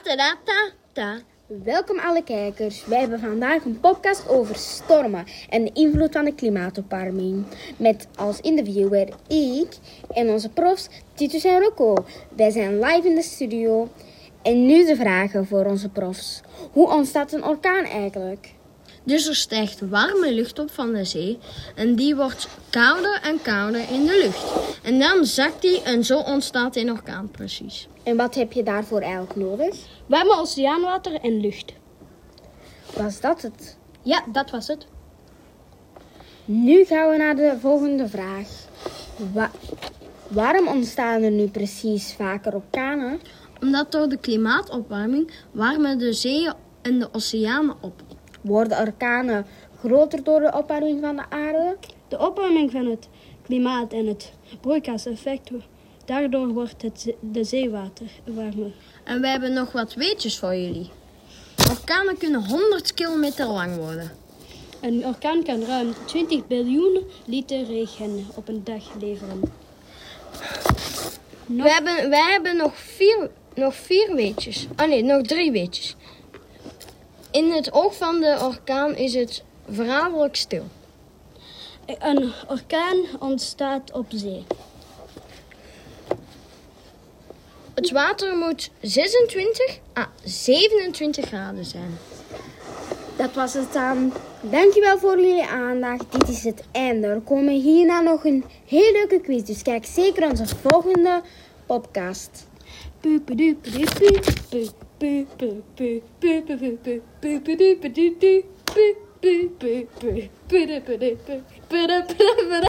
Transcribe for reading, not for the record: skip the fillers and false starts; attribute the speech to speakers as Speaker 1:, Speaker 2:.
Speaker 1: Ta-ta-da-ta-ta.
Speaker 2: Welkom alle kijkers. Wij hebben vandaag een podcast over stormen en de invloed van de klimaatopwarming. Met als interviewer ik en onze profs Titus en Rocco. Wij zijn live in de studio. En nu de vragen voor onze profs. Hoe ontstaat een orkaan eigenlijk?
Speaker 1: Dus er stijgt warme lucht op van de zee en die wordt kouder en kouder in de lucht. En dan zakt die en zo ontstaat een orkaan precies.
Speaker 2: En wat heb je daarvoor eigenlijk nodig?
Speaker 3: Warme oceaanwater en lucht.
Speaker 2: Was dat het?
Speaker 3: Ja, dat was het.
Speaker 2: Nu gaan we naar de volgende vraag. Waarom ontstaan er nu precies vaker orkanen?
Speaker 1: Omdat door de klimaatopwarming warmen de zeeën en de oceanen op.
Speaker 2: Worden orkanen groter door de opwarming van de aarde?
Speaker 3: De opwarming van het klimaat en het broeikaseffect, daardoor wordt de zeewater warmer.
Speaker 1: En wij hebben nog wat weetjes voor jullie. Orkanen kunnen 100 kilometer lang worden.
Speaker 3: Een orkaan kan ruim 20 biljoen liter regen op een dag leveren.
Speaker 1: Wij hebben nog vier weetjes. Nog 3 weetjes. In het oog van de orkaan is het verraderlijk stil.
Speaker 3: Een orkaan ontstaat op zee.
Speaker 1: Het water moet 26 à 27 graden zijn.
Speaker 2: Dat was het dan. Dankjewel voor jullie aandacht. Dit is het einde. Er komen hierna nog een heel leuke quiz. Dus kijk zeker onze volgende podcast.